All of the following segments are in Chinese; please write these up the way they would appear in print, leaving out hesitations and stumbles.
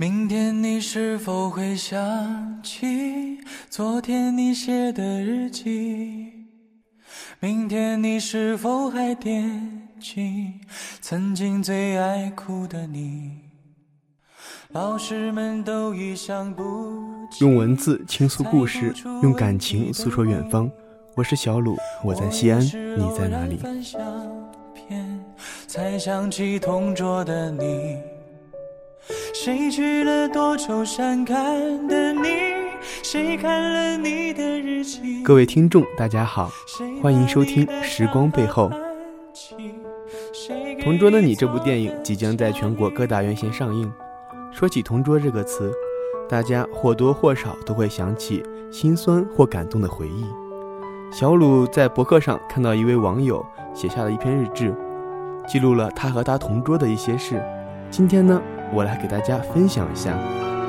明天你是否会想起昨天你写的日记？明天你是否还惦记曾经最爱哭的你？老师们都已想不起， 用文字倾诉故事，用感情诉说远方。我是小鲁，我在西安，你在哪里？ 才想起同桌的你，谁去了多愁善感的你，谁看了你的日记。 各位听众大家好，欢迎收听时光背后。同桌的你这部电影即将在全国各大院线上映。说起同桌这个词，大家或多或少都会想起心酸或感动的回忆。小鲁在博客上看到一位网友写下了一篇日志，记录了他和他同桌的一些事。今天呢，我来给大家分享一下。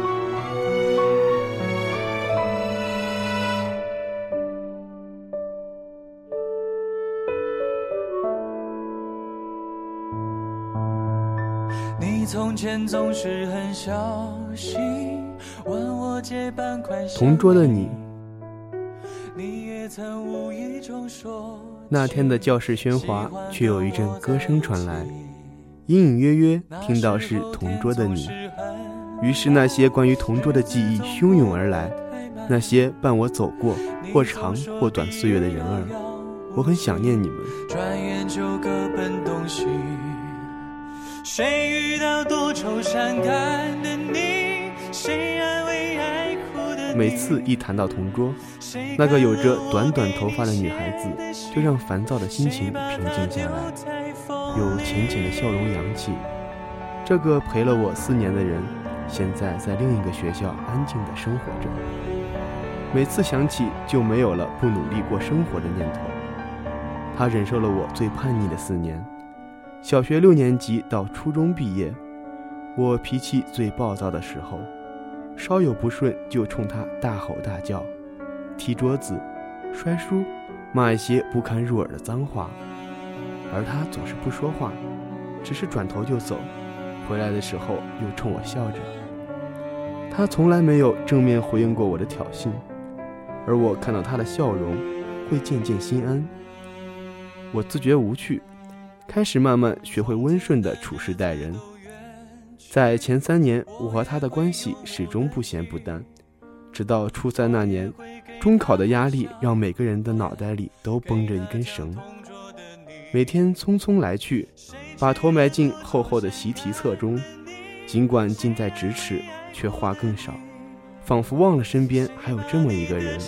你从前总是很小心问我借半块香同桌的你， 你也曾无意中说那天的教室喧哗，却有一阵歌声传来，隐隐约约听到是同桌的你。于是那些关于同桌的记忆汹涌而来，那些伴我走过或长或短岁月的人儿，我很想念你们。 转眼就各奔东西，谁遇到多愁善感的你，谁安慰爱哭的你。 每次一谈到同桌，那个有着短短头发的女孩子就让烦躁的心情平静下来，有浅浅的笑容扬起。这个陪了我4年的人，现在在另一个学校安静地生活着。每次想起就没有了不努力过生活的念头。她忍受了我最叛逆的4年，小学6年级到初中毕业，我脾气最暴躁的时候，稍有不顺就冲他大吼大叫，踢桌子、摔书，骂一些不堪入耳的脏话，而他总是不说话，只是转头就走，回来的时候又冲我笑着。他从来没有正面回应过我的挑衅，而我看到他的笑容，会渐渐心安。我自觉无趣，开始慢慢学会温顺地处事待人。在前3年，我和他的关系始终不咸不淡，直到初3那年，中考的压力让每个人的脑袋里都绷着一根绳，每天匆匆来去，把头埋进厚厚的习题册中，尽管近在咫尺，却话更少，仿佛忘了身边还有这么一个人。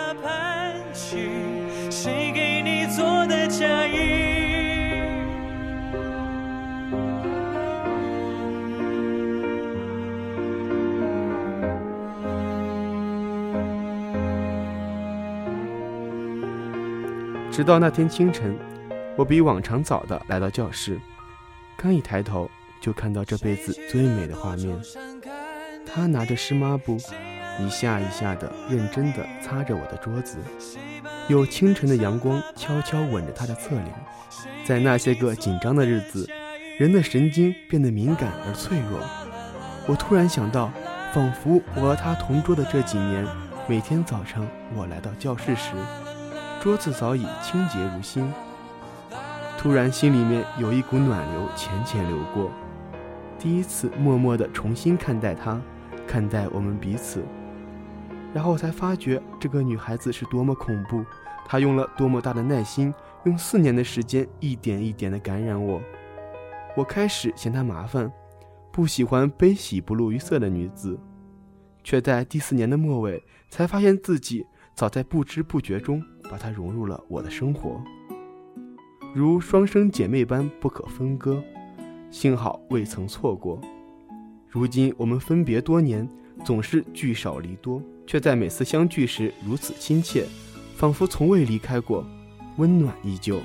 谁给你做的嫁衣？ 直到那天清晨，我比往常早地来到教室，刚一抬头就看到这辈子最美的画面。他拿着湿抹布，一下一下地认真地擦着我的桌子，有清晨的阳光悄悄吻着他的侧脸。在那些个紧张的日子，人的神经变得敏感而脆弱。我突然想到，仿佛我和他同桌的这几年，每天早上我来到教室时，桌子早已清洁如新。突然心里面有一股暖流浅浅流过，第一次默默地重新看待他，看待我们彼此。然后才发觉这个女孩子是多么恐怖，她用了多么大的耐心，用4年的时间一点一点地感染我。我开始嫌她麻烦，不喜欢悲喜不露于色的女子，却在第4年的末尾才发现自己早在不知不觉中把她融入了我的生活，如双生姐妹般不可分割，幸好未曾错过。如今我们分别多年，总是聚少离多，却在每次相聚时如此亲切，仿佛从未离开过，温暖依旧。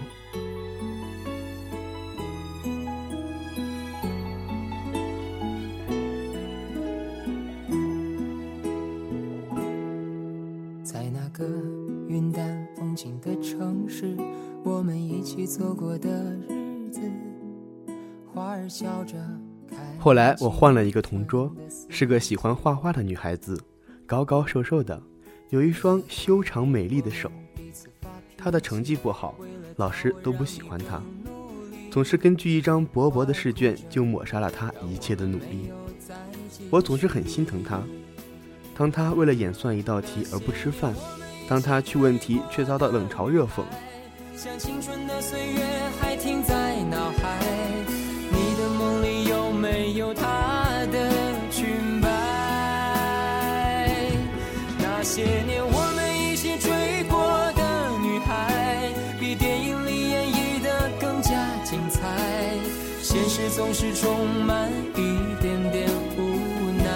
在那个云淡风轻的城市，起走过的日子，花儿笑着开后来我换了一个同桌，是个喜欢画画的女孩子，高高瘦瘦的，有一双修长美丽的手。她的成绩不好，老师都不喜欢她，总是根据一张薄薄的试卷就抹杀了她一切的努力。我总是很心疼她，当她为了演算一道题而不吃饭，当她去问题却遭到冷嘲热讽。 像青春的岁月还停在脑海，你的梦里有没有她的裙摆？那些年我们一起追过的女孩，比电影里演绎的更加精彩，现实总是充满一点点无奈。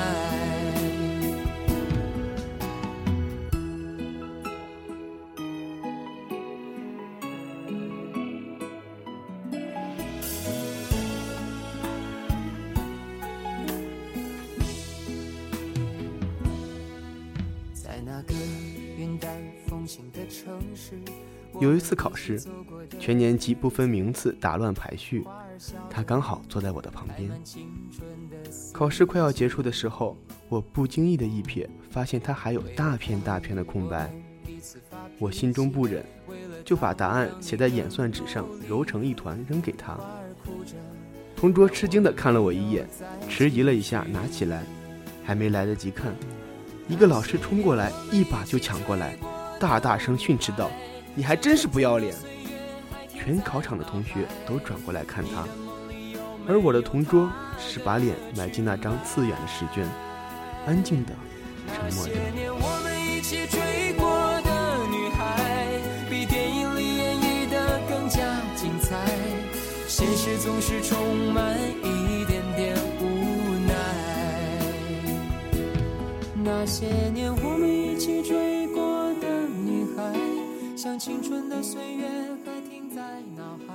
有一次考试，全年级不分名次打乱排序，他刚好坐在我的旁边。考试快要结束的时候，我不经意的一瞥，发现他还有大片大片的空白。我心中不忍，就把答案写在演算纸上，揉成一团扔给他。同桌吃惊地看了我一眼，迟疑了一下拿起来，还没来得及看，一个老师冲过来，一把就抢过来，大大声训斥道：“你还真是不要脸！”全考场的同学都转过来看他，而我的同桌是把脸埋进那张刺眼的试卷，安静的沉默着。 我们一起追过的女孩，比电影里演绎的更加精彩，现实总是充满一点点无奈。那些年我们一起追过的女孩，像青春的岁月还停在脑海。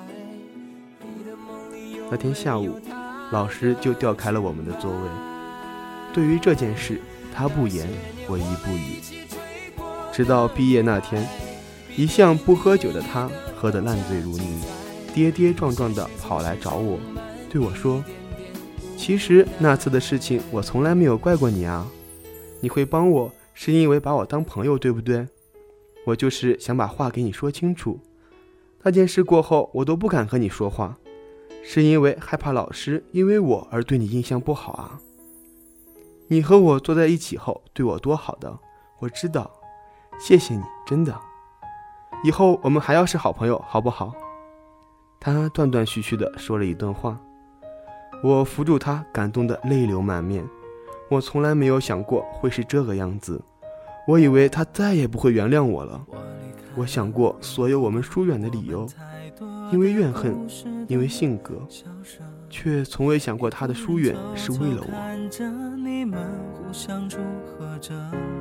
那天下午，老师就调开了我们的座位。对于这件事，他不言，我亦不语。直到毕业那天，一向不喝酒的他喝得烂醉如泥，跌跌撞撞地跑来找我，对我说：“其实那次的事情我从来没有怪过你啊，你会帮我是因为把我当朋友，对不对？我就是想把话给你说清楚。那件事过后，我都不敢和你说话，是因为害怕老师因为我而对你印象不好啊。你和我坐在一起后对我多好的，我知道，谢谢你，真的。以后我们还要是好朋友，好不好？”他断断续续地说了一段话，我扶住他，感动得泪流满面。我从来没有想过会是这个样子，我以为他再也不会原谅我了。我想过所有我们疏远的理由，因为怨恨，因为性格，却从未想过他的疏远是为了我。 你们互相祝贺着，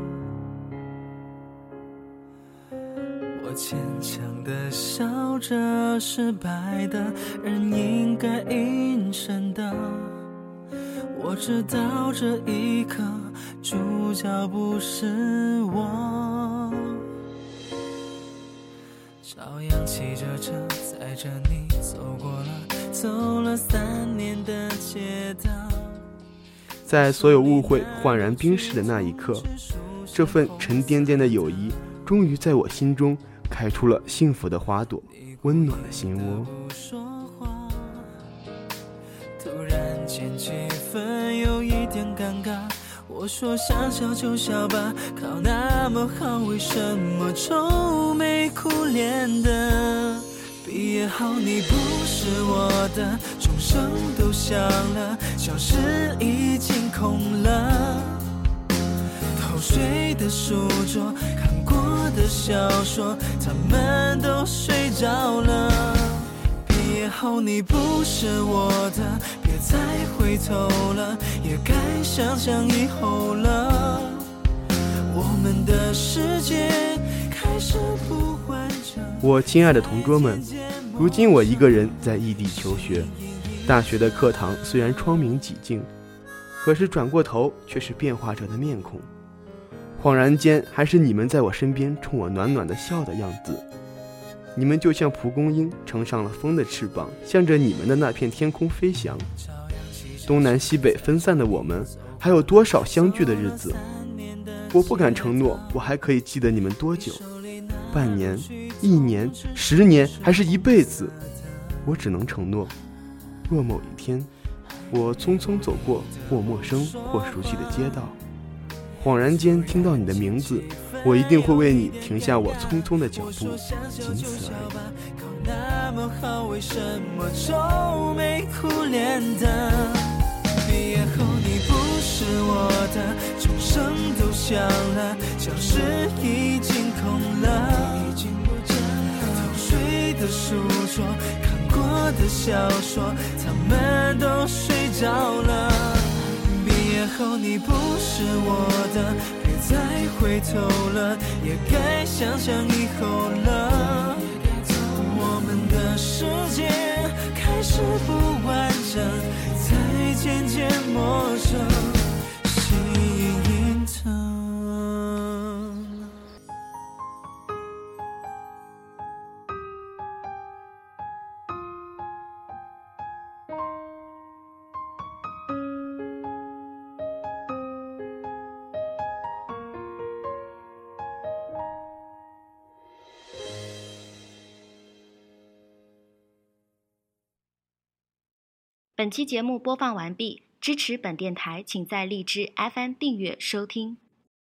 我坚强的笑着，失败的人应该隐身的。我知道这一刻主角不是我，照样骑着车载着你走了3年的街道。 在所有误会焕然冰释的那一刻，这份沉甸甸的友谊终于在我心中开出了幸福的花朵，温暖了心窝。 突然间气氛有一点尴尬，我说想笑就笑吧，考那么好为什么愁眉苦脸的？毕业后你不是我的，钟声都响了，教室已经空了，偷睡的书桌，看过的小说，他们都睡着了。毕业后你不是我的，别再回头了，也该想想以后了，我们的世界开始不完整。 我亲爱的同桌们，如今我一个人在异地求学，大学的课堂虽然窗明几净，可是转过头却是变化着的面孔，恍然间还是你们在我身边冲我暖暖的笑的样子。你们就像蒲公英乘上了风的翅膀，向着你们的那片天空飞翔。 东南西北分散的我们，还有多少相聚的日子？我不敢承诺我还可以记得你们多久，半年、1年、10年，还是一辈子。我只能承诺，若某一天我匆匆走过或陌生或熟悉的街道，恍然间听到你的名字，我一定会为你停下我匆匆的脚步，仅此而已。 那么好，为什么愁眉苦脸的？毕业后你不是我的，钟声都响了，教室已经空了，偷睡的书桌，看过的小说，他们都睡着了。毕业后你不是我的，别再回头了，也该想想以后了。我们的世界开始不完整，才渐渐陌生，心疼。 本期节目播放完毕，支持本电台请在荔枝 FM 订阅收听。